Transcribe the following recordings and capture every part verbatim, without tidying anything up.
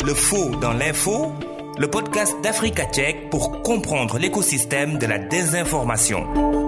Le faux dans l'info, le podcast d'Africa Tchèque pour comprendre l'écosystème de la désinformation.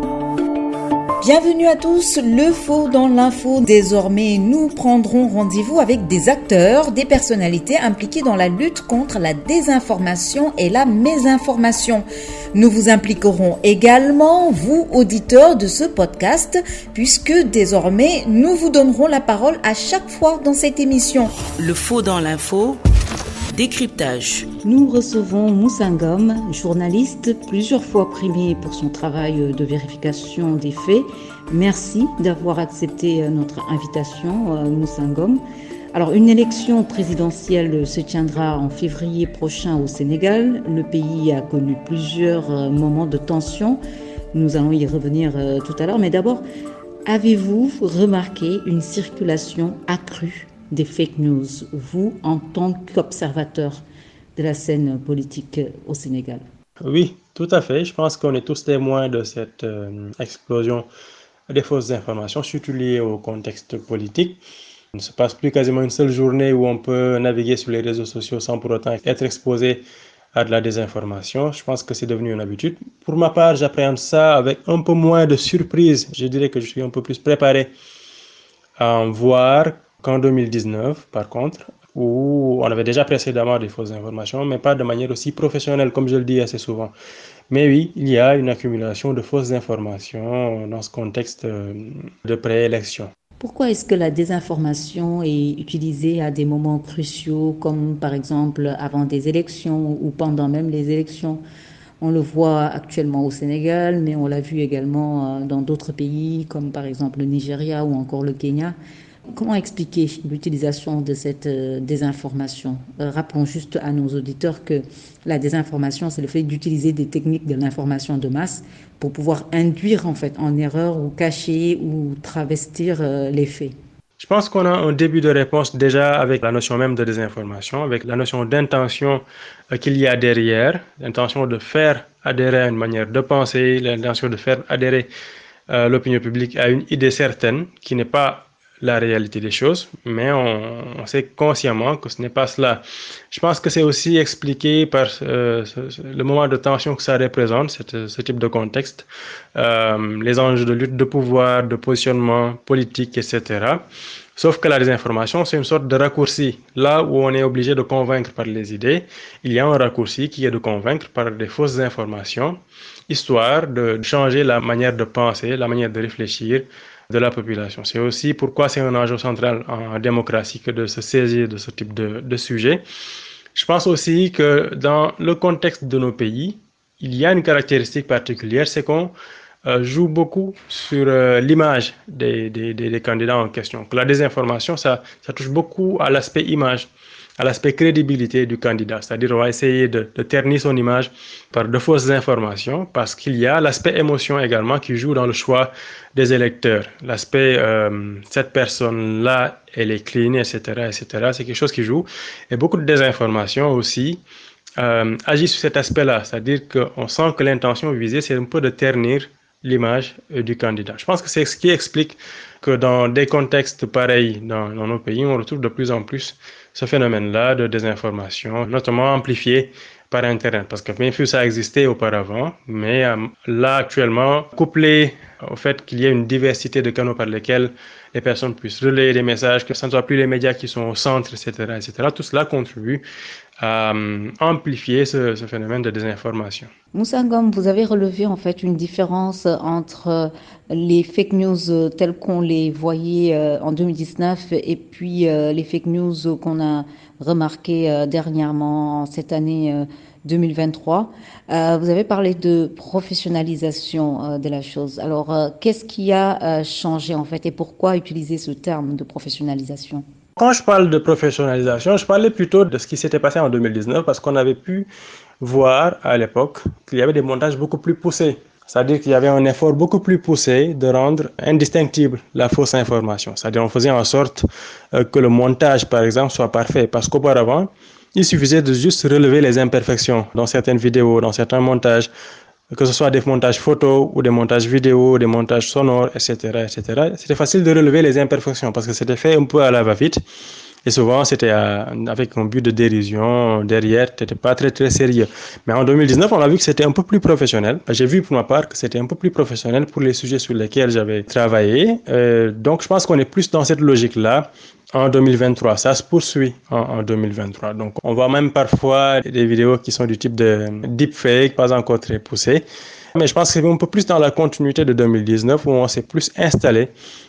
Bienvenue à tous, le faux dans l'info. Désormais, nous prendrons rendez-vous avec des acteurs, des personnalités impliquées dans la lutte contre la désinformation et la mésinformation. Nous vous impliquerons également, vous, auditeurs de ce podcast, puisque désormais, nous vous donnerons la parole à chaque fois dans cette émission. Le faux dans l'info, décryptage. Nous recevons Moussa Ngom, journaliste plusieurs fois primé pour son travail de vérification des faits. Merci d'avoir accepté notre invitation, Moussa Ngom. Alors, une élection présidentielle se tiendra en février prochain au Sénégal. Le pays a connu plusieurs moments de tension. Nous allons y revenir tout à l'heure. Mais d'abord, avez-vous remarqué une circulation accrue des fake news, vous, en tant qu'observateur de la scène politique au Sénégal? Oui, tout à fait. Je pense qu'on est tous témoins de cette euh, explosion des fausses informations, surtout liées au contexte politique. Il ne se passe plus quasiment une seule journée où on peut naviguer sur les réseaux sociaux sans pour autant être exposé à de la désinformation. Je pense que c'est devenu une habitude. Pour ma part, j'appréhende ça avec un peu moins de surprise. Je dirais que je suis un peu plus préparé à en voir qu'en deux mille dix-neuf, par contre, où on avait déjà précédemment des fausses informations, mais pas de manière aussi professionnelle, comme je le dis assez souvent. Mais oui, il y a une accumulation de fausses informations dans ce contexte de préélection. Pourquoi est-ce que la désinformation est utilisée à des moments cruciaux, comme par exemple avant des élections ou pendant même les élections? On le voit actuellement au Sénégal, mais on l'a vu également dans d'autres pays, comme par exemple le Nigeria ou encore le Kenya. Comment expliquer l'utilisation de cette désinformation? Rappelons juste à nos auditeurs que la désinformation, c'est le fait d'utiliser des techniques de l'information de masse pour pouvoir induire en fait en erreur ou cacher ou travestir les faits. Je pense qu'on a un début de réponse déjà avec la notion même de désinformation, avec la notion d'intention qu'il y a derrière, l'intention de faire adhérer à une manière de penser, l'intention de faire adhérer euh, l'opinion publique à une idée certaine qui n'est pas la réalité des choses, mais on, on sait consciemment que ce n'est pas cela. Je pense que c'est aussi expliqué par euh, ce, ce, le moment de tension que ça représente, cette, ce type de contexte, euh, les enjeux de lutte de pouvoir, de positionnement politique, et cetera. Sauf que la désinformation, c'est une sorte de raccourci. Là où on est obligé de convaincre par les idées, il y a un raccourci qui est de convaincre par des fausses informations, histoire de changer la manière de penser, la manière de réfléchir de la population. C'est aussi pourquoi c'est un enjeu central en démocratie que de se saisir de ce type de, de sujet. Je pense aussi que dans le contexte de nos pays, il y a une caractéristique particulière, c'est qu'on euh, joue beaucoup sur euh, l'image des, des, des, des candidats en question. Que la désinformation, ça, ça touche beaucoup à l'aspect image, à l'aspect crédibilité du candidat. C'est-à-dire on va essayer de, de ternir son image par de fausses informations parce qu'il y a l'aspect émotion également qui joue dans le choix des électeurs. L'aspect euh, cette personne-là, elle est clean, et cetera, et cetera. C'est quelque chose qui joue. Et beaucoup de désinformation aussi euh, agit sur cet aspect-là. C'est-à-dire qu'on sent que l'intention visée, c'est un peu de ternir l'image du candidat. Je pense que c'est ce qui explique que dans des contextes pareils dans, dans nos pays, on retrouve de plus en plus ce phénomène-là de désinformation, notamment amplifié par Internet. Parce que bien sûr, ça existait auparavant, mais euh, là, actuellement, couplé au fait qu'il y ait une diversité de canaux par lesquels les personnes puissent relayer des messages, que ce ne soit plus les médias qui sont au centre, et cetera, et cetera, tout cela contribue à euh, amplifier ce, ce phénomène de désinformation. Moussa Ngom, vous avez relevé en fait une différence entre les fake news telles qu'on les voyait en deux mille dix-neuf et puis les fake news qu'on a remarquées dernièrement cette année deux mille vingt-trois. Vous avez parlé de professionnalisation de la chose. Alors, qu'est-ce qui a changé en fait et pourquoi utiliser ce terme de professionnalisation? Quand je parle de professionnalisation, je parlais plutôt de ce qui s'était passé en deux mille dix-neuf parce qu'on avait pu voir à l'époque qu'il y avait des montages beaucoup plus poussés. C'est-à-dire qu'il y avait un effort beaucoup plus poussé de rendre indistinctible la fausse information. C'est-à-dire qu'on faisait en sorte que le montage, par exemple, soit parfait. Parce qu'auparavant, il suffisait de juste relever les imperfections dans certaines vidéos, dans certains montages, que ce soit des montages photos ou des montages vidéo, des montages sonores, et cetera, et cetera. C'était facile de relever les imperfections parce que c'était fait un peu à la va-vite. Et souvent, c'était avec un but de dérision derrière, c'était pas très très sérieux. Mais en deux mille dix-neuf, on a vu que c'était un peu plus professionnel. J'ai vu pour ma part que c'était un peu plus professionnel pour les sujets sur lesquels j'avais travaillé. Euh, donc, je pense qu'on est plus dans cette logique-là en deux mille vingt-trois. Ça se poursuit en, en deux mille vingt-trois. Donc, on voit même parfois des vidéos qui sont du type de deepfake, pas encore très poussées. Mais je pense que c'est un peu plus dans la continuité de deux mille dix-neuf où on s'est plus installé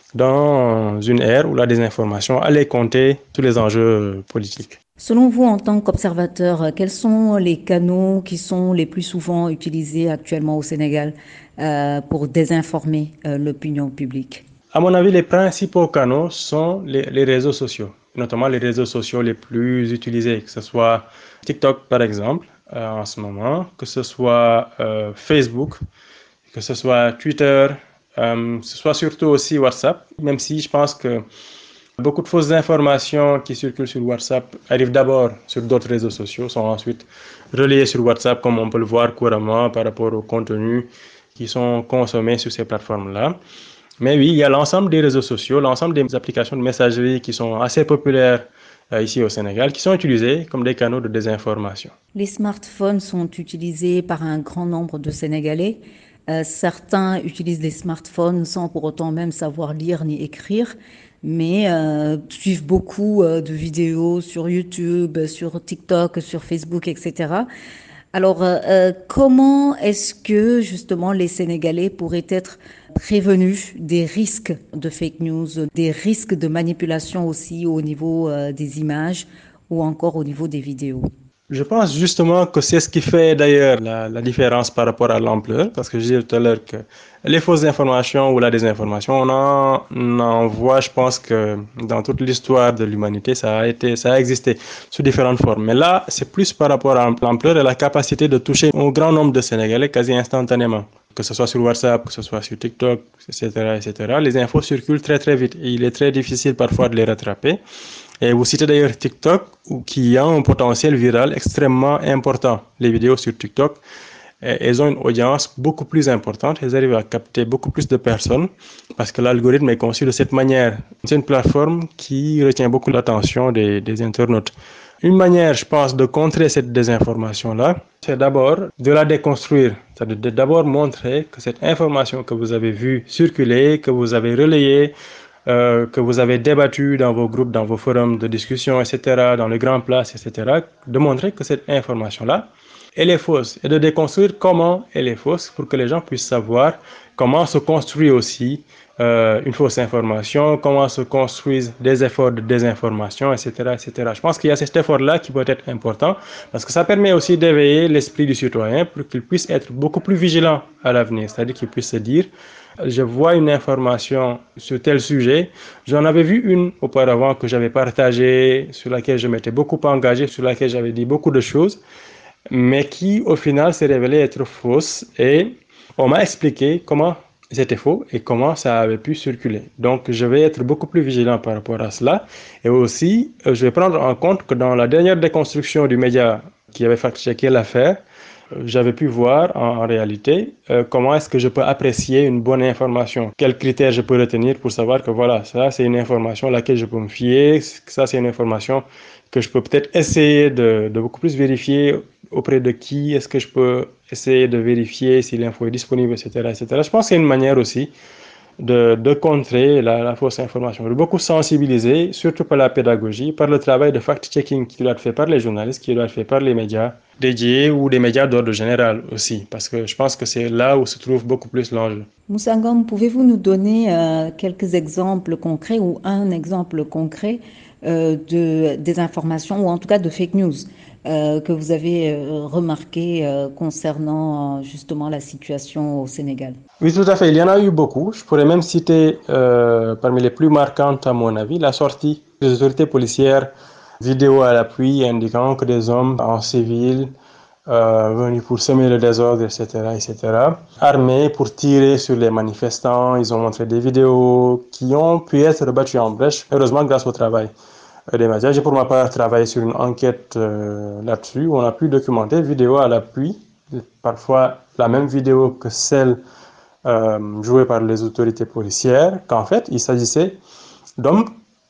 dans une ère où la désinformation allait compter tous les enjeux politiques. Selon vous, en tant qu'observateur, quels sont les canaux qui sont les plus souvent utilisés actuellement au Sénégal euh, pour désinformer euh, l'opinion publique? À mon avis, les principaux canaux sont les, les réseaux sociaux, notamment les réseaux sociaux les plus utilisés, que ce soit TikTok par exemple euh, en ce moment, que ce soit euh, Facebook, que ce soit Twitter, euh, que ce soit surtout aussi WhatsApp, même si je pense que beaucoup de fausses informations qui circulent sur WhatsApp arrivent d'abord sur d'autres réseaux sociaux, sont ensuite relayées sur WhatsApp, comme on peut le voir couramment par rapport aux contenus qui sont consommés sur ces plateformes-là. Mais oui, il y a l'ensemble des réseaux sociaux, l'ensemble des applications de messagerie qui sont assez populaires euh, ici au Sénégal, qui sont utilisées comme des canaux de désinformation. Les smartphones sont utilisés par un grand nombre de Sénégalais. Euh, certains utilisent les smartphones sans pour autant même savoir lire ni écrire, mais euh, suivent beaucoup euh, de vidéos sur YouTube, sur TikTok, sur Facebook, et cetera. Alors, euh, comment est-ce que justement les Sénégalais pourraient être prévenus des risques de fake news, des risques de manipulation aussi au niveau euh, des images ou encore au niveau des vidéos? Je pense justement que c'est ce qui fait d'ailleurs la, la différence par rapport à l'ampleur, parce que je disais tout à l'heure que les fausses informations ou la désinformation, on en, on en voit, je pense que dans toute l'histoire de l'humanité, ça a été, ça a existé sous différentes formes. Mais là, c'est plus par rapport à l'ampleur et la capacité de toucher un grand nombre de Sénégalais quasi instantanément. Que ce soit sur WhatsApp, que ce soit sur TikTok, et cetera, et cetera. Les infos circulent très très vite et il est très difficile parfois de les rattraper. Et vous citez d'ailleurs TikTok, qui a un potentiel viral extrêmement important. Les vidéos sur TikTok, elles ont une audience beaucoup plus importante, elles arrivent à capter beaucoup plus de personnes, parce que l'algorithme est conçu de cette manière. C'est une plateforme qui retient beaucoup l'attention des, des internautes. Une manière, je pense, de contrer cette désinformation-là, c'est d'abord de la déconstruire. C'est-à-dire de d'abord montrer que cette information que vous avez vue circuler, que vous avez relayée, Euh, que vous avez débattu dans vos groupes, dans vos forums de discussion, et cetera, dans les grandes places, et cetera, de montrer que cette information-là, elle est fausse et de déconstruire comment elle est fausse pour que les gens puissent savoir comment se construit aussi euh, une fausse information, comment se construisent des efforts de désinformation, et cetera, et cetera. Je pense qu'il y a cet effort-là qui peut être important parce que ça permet aussi d'éveiller l'esprit du citoyen pour qu'il puisse être beaucoup plus vigilant à l'avenir, c'est-à-dire qu'il puisse se dire je vois une information sur tel sujet. J'en avais vu une auparavant que j'avais partagée, sur laquelle je m'étais beaucoup engagé, sur laquelle j'avais dit beaucoup de choses, mais qui au final s'est révélée être fausse. Et on m'a expliqué comment c'était faux et comment ça avait pu circuler. Donc je vais être beaucoup plus vigilant par rapport à cela. Et aussi, je vais prendre en compte que dans la dernière déconstruction du média qui avait fact-checké l'affaire, j'avais pu voir en, en réalité euh, comment est-ce que je peux apprécier une bonne information. Quels critères je peux retenir pour savoir que voilà, ça c'est une information à laquelle je peux me fier, ça c'est une information que je peux peut-être essayer de, de beaucoup plus vérifier auprès de qui, est-ce que je peux essayer de vérifier si l'info est disponible, et cetera, et cetera. Je pense que c'est une manière aussi de, de contrer la, la fausse information, de beaucoup sensibiliser, surtout par la pédagogie, par le travail de fact-checking qui doit être fait par les journalistes, qui doit être fait par les médias dédiés ou des médias d'ordre général aussi, parce que je pense que c'est là où se trouve beaucoup plus l'enjeu. Moussa Ngom, pouvez-vous nous donner euh, quelques exemples concrets ou un exemple concret euh, de désinformation ou en tout cas de fake news euh, que vous avez euh, remarqué euh, concernant euh, justement la situation au Sénégal? Oui, tout à fait. Il y en a eu beaucoup. Je pourrais même citer euh, parmi les plus marquantes à mon avis la sortie des autorités policières vidéo à l'appui indiquant que des hommes en civil euh, venus pour semer le désordre, et cetera, et cetera, armés pour tirer sur les manifestants. Ils ont montré des vidéos qui ont pu être rebattues en brèche, heureusement grâce au travail des médias. J'ai pour ma part travaillé sur une enquête euh, là-dessus où on a pu documenter vidéo à l'appui, parfois la même vidéo que celle euh, jouée par les autorités policières, qu'en fait il s'agissait d'hommes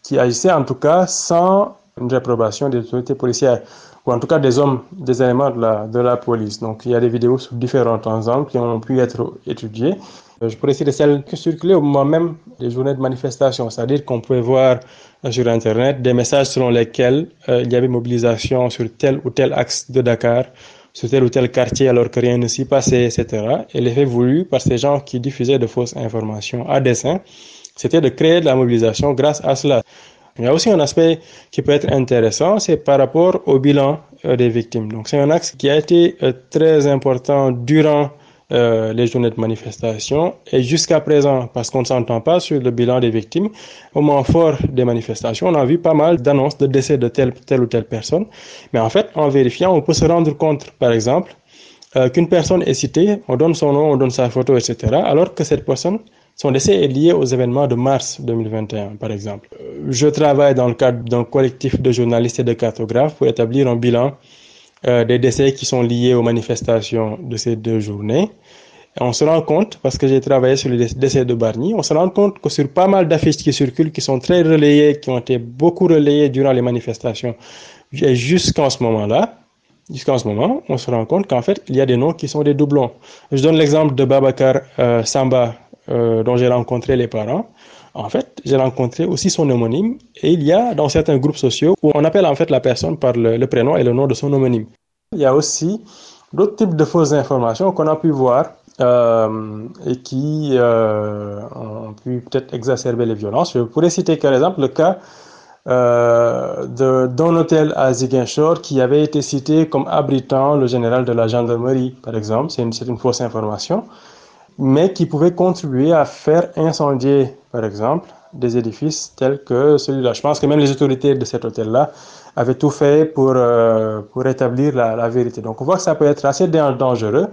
qui agissaient en tout cas sans une réprobation des autorités policières, ou en tout cas des hommes, des éléments de la, de la police. Donc il y a des vidéos sous différents angles qui ont pu être étudiées. Je pourrais citer celles qui circulaient au moment même des journées de manifestation, c'est-à-dire qu'on pouvait voir sur Internet des messages selon lesquels euh, il y avait mobilisation sur tel ou tel axe de Dakar, sur tel ou tel quartier alors que rien ne s'y passait, et cetera. Et l'effet voulu par ces gens qui diffusaient de fausses informations à dessein, c'était de créer de la mobilisation grâce à cela. Il y a aussi un aspect qui peut être intéressant, c'est par rapport au bilan euh, des victimes. Donc c'est un axe qui a été euh, très important durant euh, les journées de manifestation et jusqu'à présent, parce qu'on ne s'entend pas sur le bilan des victimes. Au moment fort des manifestations, on a vu pas mal d'annonces de décès de telle, telle ou telle personne. Mais en fait, en vérifiant, on peut se rendre compte, par exemple, euh, qu'une personne est citée, on donne son nom, on donne sa photo, et cetera, alors que cette personne, son décès est lié aux événements de mars deux mille vingt et un, par exemple. Je travaille dans le cadre d'un collectif de journalistes et de cartographes pour établir un bilan euh, des décès qui sont liés aux manifestations de ces deux journées. Et on se rend compte, parce que j'ai travaillé sur les décès de Bargny, on se rend compte que sur pas mal d'affiches qui circulent, qui sont très relayées, qui ont été beaucoup relayées durant les manifestations, et jusqu'en ce moment-là, Jusqu'en ce moment, on se rend compte qu'en fait, il y a des noms qui sont des doublons. Je donne l'exemple de Babacar euh, Samba, euh, dont j'ai rencontré les parents. En fait, j'ai rencontré aussi son homonyme et il y a dans certains groupes sociaux où on appelle en fait la personne par le, le prénom et le nom de son homonyme. Il y a aussi d'autres types de fausses informations qu'on a pu voir euh, et qui euh, ont pu peut-être exacerber les violences. Je pourrais citer par exemple le cas Euh, de, d'un hôtel à Ziguinchor qui avait été cité comme abritant le général de la gendarmerie, par exemple. C'est une, c'est une fausse information, mais qui pouvait contribuer à faire incendier, par exemple, des édifices tels que celui-là. Je pense que même les autorités de cet hôtel-là avaient tout fait pour, euh, pour établir la, la vérité. Donc on voit que ça peut être assez dangereux.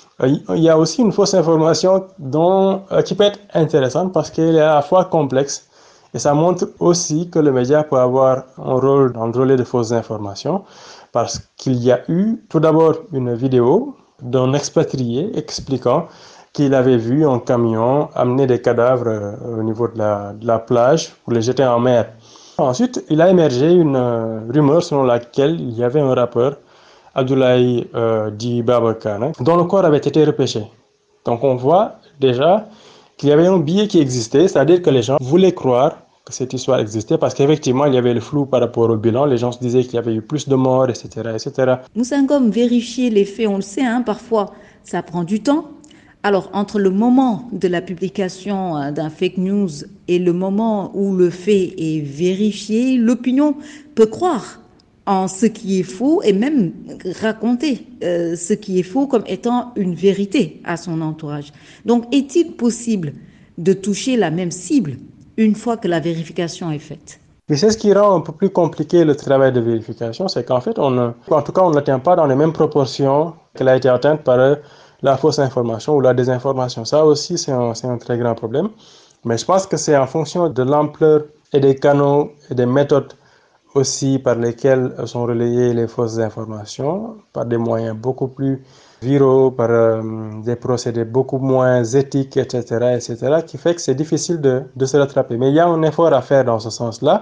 Il y a aussi une fausse information dont, euh, qui peut être intéressante parce qu'elle est à la fois complexe. Et ça montre aussi que le média peut avoir un rôle dans le relais de fausses informations parce qu'il y a eu tout d'abord une vidéo d'un expatrié expliquant qu'il avait vu un camion amener des cadavres au niveau de la, de la plage pour les jeter en mer. Ensuite, il a émergé une rumeur selon laquelle il y avait un rappeur, Abdoulaye euh, dit Babakane, dont le corps avait été repêché. Donc on voit déjà qu'il y avait un biais qui existait, c'est-à-dire que les gens voulaient croire que cette histoire existait parce qu'effectivement, il y avait le flou par rapport au bilan. Les gens se disaient qu'il y avait eu plus de morts, et cetera, et cetera. Moussa Ngom, vérifier les faits, on le sait, hein, parfois, ça prend du temps. Alors, entre le moment de la publication d'un fake news et le moment où le fait est vérifié, l'opinion peut croire en ce qui est faux et même raconter euh, ce qui est faux comme étant une vérité à son entourage. Donc, est-il possible de toucher la même cible une fois que la vérification est faite? Et c'est ce qui rend un peu plus compliqué le travail de vérification, c'est qu'en fait, on ne, en tout cas, on n'atteint pas dans les mêmes proportions qu'elle a été atteinte par la fausse information ou la désinformation. Ça aussi, c'est un, c'est un très grand problème. Mais je pense que c'est en fonction de l'ampleur et des canaux et des méthodes aussi par lesquels sont relayées les fausses informations, par des moyens beaucoup plus viraux, par euh, des procédés beaucoup moins éthiques, et cetera, et cetera, qui fait que c'est difficile de, de se rattraper. Mais il y a un effort à faire dans ce sens-là,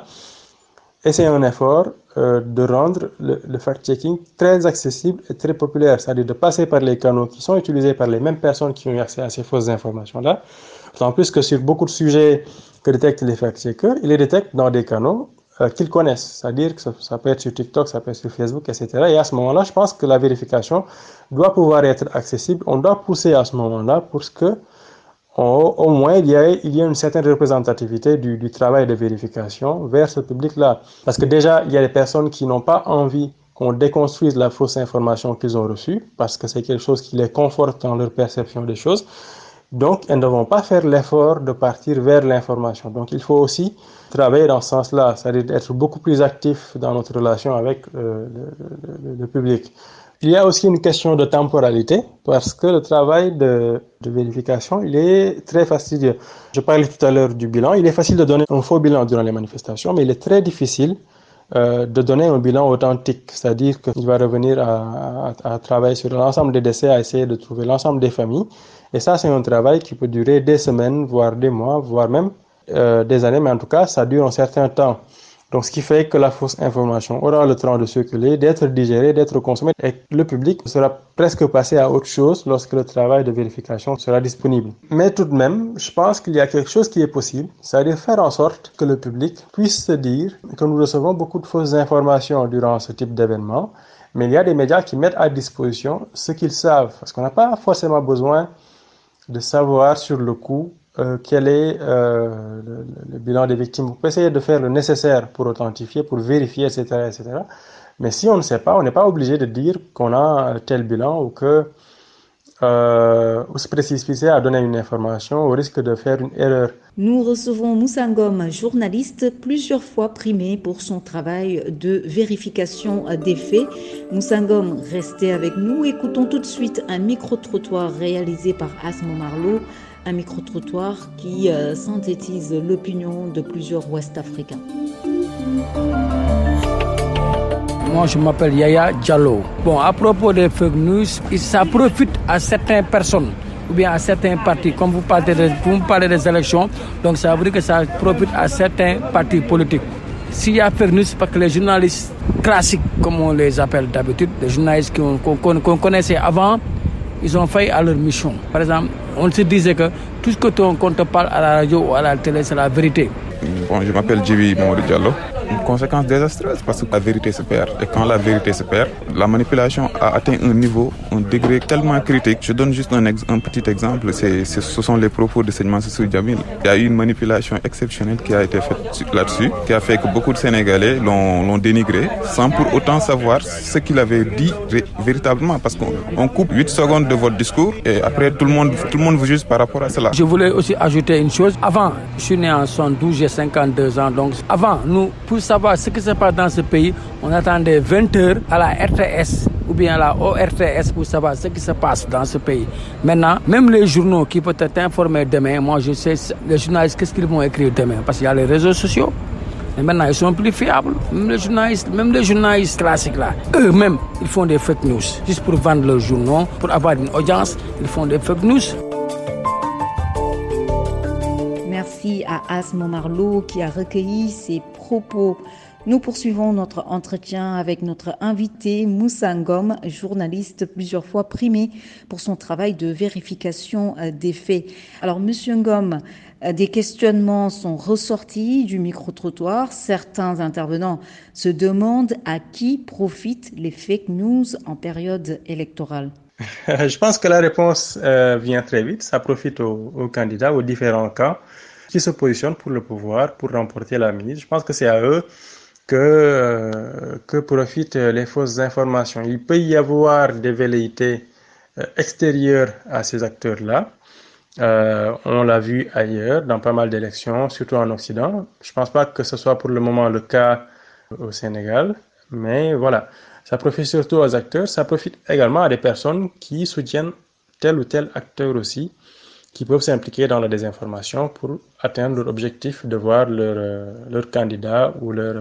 et c'est un effort euh, de rendre le, le fact-checking très accessible et très populaire, c'est-à-dire de passer par les canaux qui sont utilisés par les mêmes personnes qui ont eu accès à ces fausses informations-là. En plus que sur beaucoup de sujets que détectent les fact-checkers, ils les détectent dans des canaux Euh, qu'ils connaissent, c'est-à-dire que ça, ça peut être sur TikTok, ça peut être sur Facebook, et cetera. Et à ce moment-là, je pense que la vérification doit pouvoir être accessible. On doit pousser à ce moment-là pour que, au, au moins, il y ait, il y ait une certaine représentativité du, du travail de vérification vers ce public-là. Parce que déjà, il y a des personnes qui n'ont pas envie qu'on déconstruise la fausse information qu'ils ont reçue, parce que c'est quelque chose qui les conforte dans leur perception des choses. Donc, elles ne vont pas faire l'effort de partir vers l'information. Donc, il faut aussi travailler dans ce sens-là, c'est-à-dire être beaucoup plus actif dans notre relation avec euh, le, le, le public. Il y a aussi une question de temporalité, parce que le travail de, de vérification, il est très fastidieux. Je parlais tout à l'heure du bilan. Il est facile de donner un faux bilan durant les manifestations, mais il est très difficile euh, de donner un bilan authentique, c'est-à-dire qu'il va revenir à, à, à travailler sur l'ensemble des décès, à essayer de trouver l'ensemble des familles. Et ça, c'est un travail qui peut durer des semaines, voire des mois, voire même euh, des années, mais en tout cas, ça dure un certain temps. Donc, ce qui fait que la fausse information aura le temps de circuler, d'être digérée, d'être consommée, et le public sera presque passé à autre chose lorsque le travail de vérification sera disponible. Mais tout de même, je pense qu'il y a quelque chose qui est possible, c'est-à-dire faire en sorte que le public puisse se dire que nous recevons beaucoup de fausses informations durant ce type d'événement, mais il y a des médias qui mettent à disposition ce qu'ils savent, parce qu'on n'a pas forcément besoin de savoir sur le coup Euh, quel est euh, le, le bilan des victimes. Vous pouvez essayer de faire le nécessaire pour authentifier, pour vérifier, et cetera, et cetera. Mais si on ne sait pas, on n'est pas obligé de dire qu'on a tel bilan ou que euh, ou se précipiter à donner une information au risque de faire une erreur. Nous recevons Moussa Ngom, journaliste plusieurs fois primé pour son travail de vérification des faits. Moussa Ngom, restez avec nous. Écoutons tout de suite un micro-trottoir réalisé par Asmo Marlo, un micro-trottoir qui euh, synthétise l'opinion de plusieurs Ouest-Africains. Moi, je m'appelle Yaya Diallo. Bon, à propos des fake news, ça profite à certaines personnes ou bien à certains partis. Comme vous parlez, de, vous parlez des élections, donc ça veut dire que ça profite à certains partis politiques. S'il y a fake news, c'est parce que les journalistes classiques, comme on les appelle d'habitude, les journalistes qu'on, qu'on, qu'on connaissait avant, ils ont failli à leur mission. Par exemple, on se disait que tout ce qu'on te parle à la radio ou à la télé, c'est la vérité. Bon, je m'appelle Djibi Mamadou Diallo. Une conséquence désastreuse parce que la vérité se perd. Et quand la vérité se perd, la manipulation a atteint un niveau, un degré tellement critique. Je donne juste un, ex- un petit exemple, c'est, c'est, ce sont les propos de Seigneur Mansour Djamil. Il y a eu une manipulation exceptionnelle qui a été faite là-dessus, qui a fait que beaucoup de Sénégalais l'ont, l'ont dénigré, sans pour autant savoir ce qu'il avait dit ré- véritablement. Parce qu'on on coupe huit secondes de votre discours et après tout le monde, tout le monde vous juge par rapport à cela. Je voulais aussi ajouter une chose. Avant, je suis né en soixante-douze, j'ai cinquante-deux ans. Donc avant, nous, pour savoir ce qui se passe dans ce pays, on attendait vingt heures à la R T S ou bien à la O R T S pour savoir ce qui se passe dans ce pays. Maintenant, même les journaux qui peuvent t'informer demain, moi je sais les journalistes qu'est-ce qu'ils vont écrire demain parce qu'il y a les réseaux sociaux. Et maintenant, ils sont plus fiables. Même les journalistes, même les journalistes classiques là, eux-mêmes, ils font des fake news juste pour vendre leurs journaux, pour avoir une audience, ils font des fake news. Merci à Asmo Marlo qui a recueilli ses propos. Nous poursuivons notre entretien avec notre invité Moussa Ngom, journaliste plusieurs fois primé pour son travail de vérification des faits. Alors, Monsieur Ngom, des questionnements sont ressortis du micro-trottoir. Certains intervenants se demandent à qui profitent les fake news en période électorale. Je pense que la réponse euh, vient très vite. Ça profite aux, aux candidats, aux différents camps qui se positionnent pour le pouvoir, pour remporter la mise. Je pense que c'est à eux que, euh, que profitent les fausses informations. Il peut y avoir des velléités euh, extérieures à ces acteurs-là. Euh, on l'a vu ailleurs, dans pas mal d'élections, surtout en Occident. Je ne pense pas que ce soit pour le moment le cas au Sénégal, mais voilà. Ça profite surtout aux acteurs, ça profite également à des personnes qui soutiennent tel ou tel acteur aussi, qui peuvent s'impliquer dans la désinformation pour atteindre leur objectif de voir leur, leur candidat ou leur,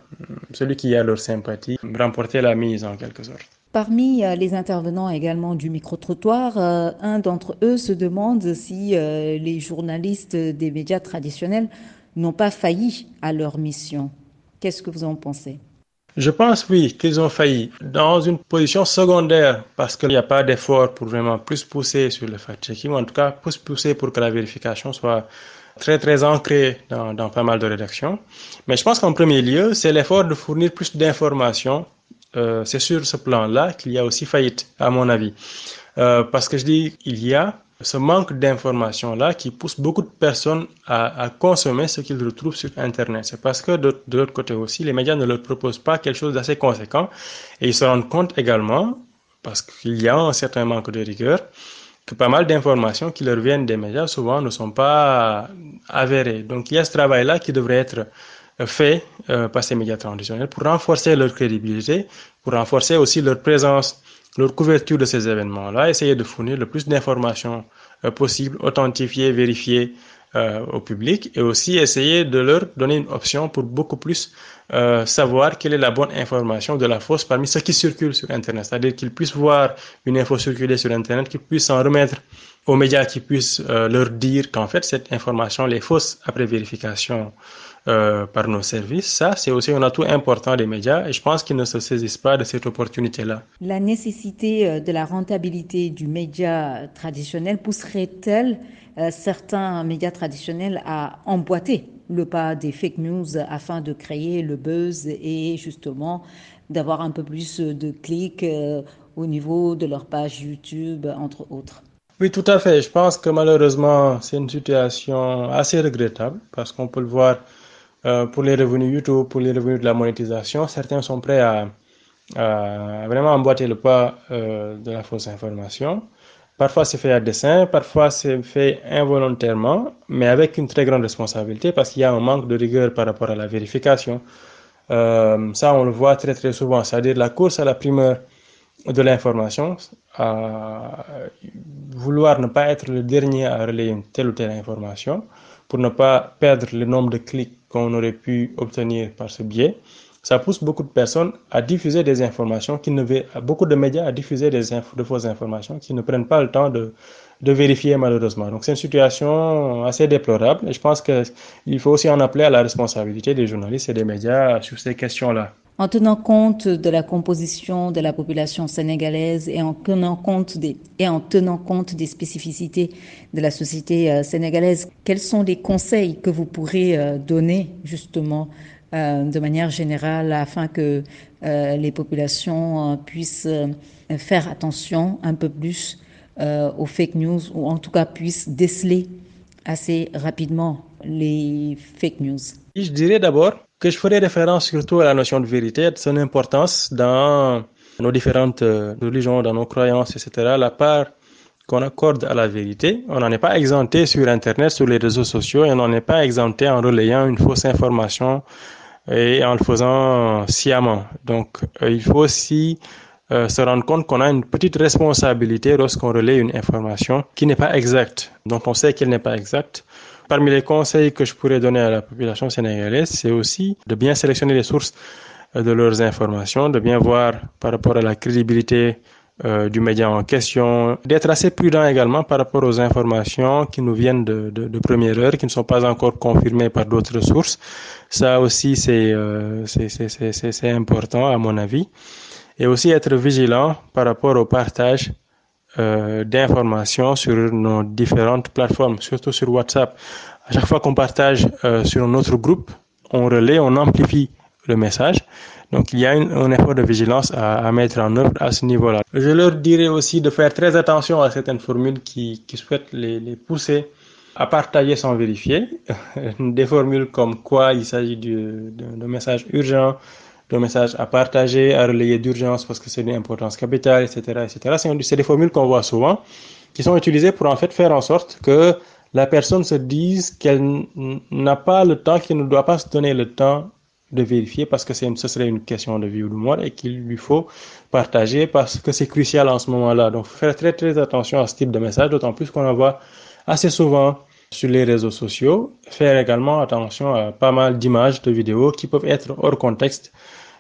celui qui a leur sympathie remporter la mise en quelque sorte. Parmi les intervenants également du micro-trottoir, euh, un d'entre eux se demande si euh, les journalistes des médias traditionnels n'ont pas failli à leur mission. Qu'est-ce que vous en pensez ? Je pense, oui, qu'ils ont failli dans une position secondaire parce qu'il n'y a pas d'effort pour vraiment plus pousser sur le fact-checking, ou en tout cas plus pousser pour que la vérification soit très, très ancrée dans, dans pas mal de rédactions. Mais je pense qu'en premier lieu, c'est l'effort de fournir plus d'informations. Euh, c'est sur ce plan-là qu'il y a aussi faillite, à mon avis. Euh, parce que je dis, il y a ce manque d'informations-là qui pousse beaucoup de personnes à, à consommer ce qu'ils retrouvent sur Internet. C'est parce que de, de l'autre côté aussi, les médias ne leur proposent pas quelque chose d'assez conséquent et ils se rendent compte également, parce qu'il y a un certain manque de rigueur, que pas mal d'informations qui leur viennent des médias souvent ne sont pas avérées. Donc il y a ce travail-là qui devrait être fait euh, par ces médias traditionnels pour renforcer leur crédibilité, pour renforcer aussi leur présence, leur couverture de ces événements-là, essayer de fournir le plus d'informations euh, possible, authentifiées, vérifiées, euh, au public et aussi essayer de leur donner une option pour beaucoup plus euh, savoir quelle est la bonne information de la fausse parmi ce qui circule sur Internet. C'est-à-dire qu'ils puissent voir une info circuler sur Internet, qu'ils puissent s'en remettre aux médias, qui puissent euh, leur dire qu'en fait cette information elle est fausse après vérification euh, par nos services. Ça, c'est aussi un atout important des médias et je pense qu'ils ne se saisissent pas de cette opportunité-là. La nécessité de la rentabilité du média traditionnel pousserait-elle euh, certains médias traditionnels à emboîter le pas des fake news afin de créer le buzz et justement d'avoir un peu plus de clics euh, au niveau de leur page YouTube, entre autres? Oui, tout à fait. Je pense que malheureusement, c'est une situation assez regrettable parce qu'on peut le voir euh, pour les revenus YouTube, pour les revenus de la monétisation. Certains sont prêts à, à vraiment emboîter le pas euh, de la fausse information. Parfois, c'est fait à dessein, parfois, c'est fait involontairement, mais avec une très grande responsabilité parce qu'il y a un manque de rigueur par rapport à la vérification. Euh, ça, on le voit très, très souvent, c'est-à-dire la course à la primeur de l'information, à vouloir ne pas être le dernier à relayer une telle ou telle information pour ne pas perdre le nombre de clics qu'on aurait pu obtenir par ce biais. Ça pousse beaucoup de personnes à diffuser des informations qui ne beaucoup de médias à diffuser des infos, de fausses informations qui ne prennent pas le temps de, de vérifier malheureusement. Donc c'est une situation assez déplorable et je pense qu'il faut aussi en appeler à la responsabilité des journalistes et des médias sur ces questions-là. En tenant compte de la composition de la population sénégalaise et en tenant compte des, et en tenant compte des spécificités de la société euh, sénégalaise, quels sont les conseils que vous pourrez euh, donner justement euh, de manière générale afin que euh, les populations euh, puissent euh, faire attention un peu plus euh, aux fake news ou en tout cas puissent déceler assez rapidement les fake news? Je dirais d'abord que je ferai référence surtout à la notion de vérité, de son importance dans nos différentes religions, dans nos croyances, et cetera. La part qu'on accorde à la vérité, on n'en est pas exempté sur Internet, sur les réseaux sociaux, et on n'en est pas exempté en relayant une fausse information et en le faisant sciemment. Donc, euh, il faut aussi euh, se rendre compte qu'on a une petite responsabilité lorsqu'on relaie une information qui n'est pas exacte, dont on sait qu'elle n'est pas exacte. Parmi les conseils que je pourrais donner à la population sénégalaise, c'est aussi de bien sélectionner les sources de leurs informations, de bien voir par rapport à la crédibilité euh, du média en question, d'être assez prudent également par rapport aux informations qui nous viennent de, de, de première heure, qui ne sont pas encore confirmées par d'autres sources. Ça aussi, c'est, euh, c'est, c'est, c'est, c'est, c'est important à mon avis. Et aussi être vigilant par rapport au partage Euh, d'informations sur nos différentes plateformes, surtout sur WhatsApp. À chaque fois qu'on partage euh, sur un autre groupe, on relaie, on amplifie le message. Donc il y a une, un effort de vigilance à, à mettre en œuvre à ce niveau-là. Je leur dirais aussi de faire très attention à certaines formules qui, qui souhaitent les, les pousser à partager sans vérifier. Des formules comme quoi il s'agit de, de, de messages urgents, de messages à partager, à relayer d'urgence parce que c'est d'une importance capitale, et cetera, et cetera. C'est, c'est des formules qu'on voit souvent, qui sont utilisées pour en fait faire en sorte que la personne se dise qu'elle n'a pas le temps, qu'elle ne doit pas se donner le temps de vérifier parce que c'est une, ce serait une question de vie ou de mort et qu'il lui faut partager parce que c'est crucial en ce moment-là. Donc, faire très très attention à ce type de message, d'autant plus qu'on en voit assez souvent sur les réseaux sociaux. Faire également attention à pas mal d'images, de vidéos qui peuvent être hors contexte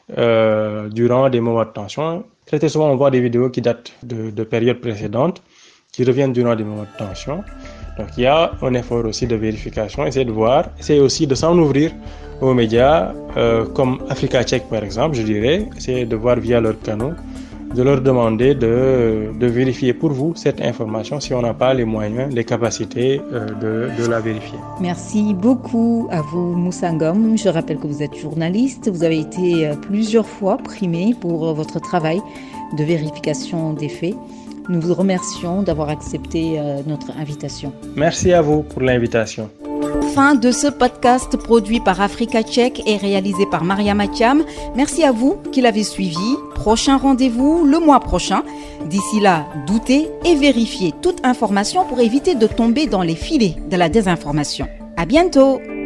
euh, durant des moments de tension. Très, très souvent, on voit des vidéos qui datent de, de périodes précédentes, qui reviennent durant des moments de tension. Donc, il y a un effort aussi de vérification, essayer de voir, essayer aussi de s'en ouvrir aux médias, euh, comme Africa Check par exemple, je dirais, essayer de voir via leurs canaux, de leur demander de, de vérifier pour vous cette information si on n'a pas les moyens, les capacités euh, de, de la vérifier. Merci beaucoup à vous, Moussa Ngom. Je rappelle que vous êtes journaliste. Vous avez été plusieurs fois primé pour votre travail de vérification des faits. Nous vous remercions d'avoir accepté notre invitation. Merci à vous pour l'invitation. Fin de ce podcast produit par Africa Check et réalisé par Maria Mathiam. Merci à vous qui l'avez suivi. Prochain rendez-vous le mois prochain. D'ici là, doutez et vérifiez toute information pour éviter de tomber dans les filets de la désinformation. À bientôt!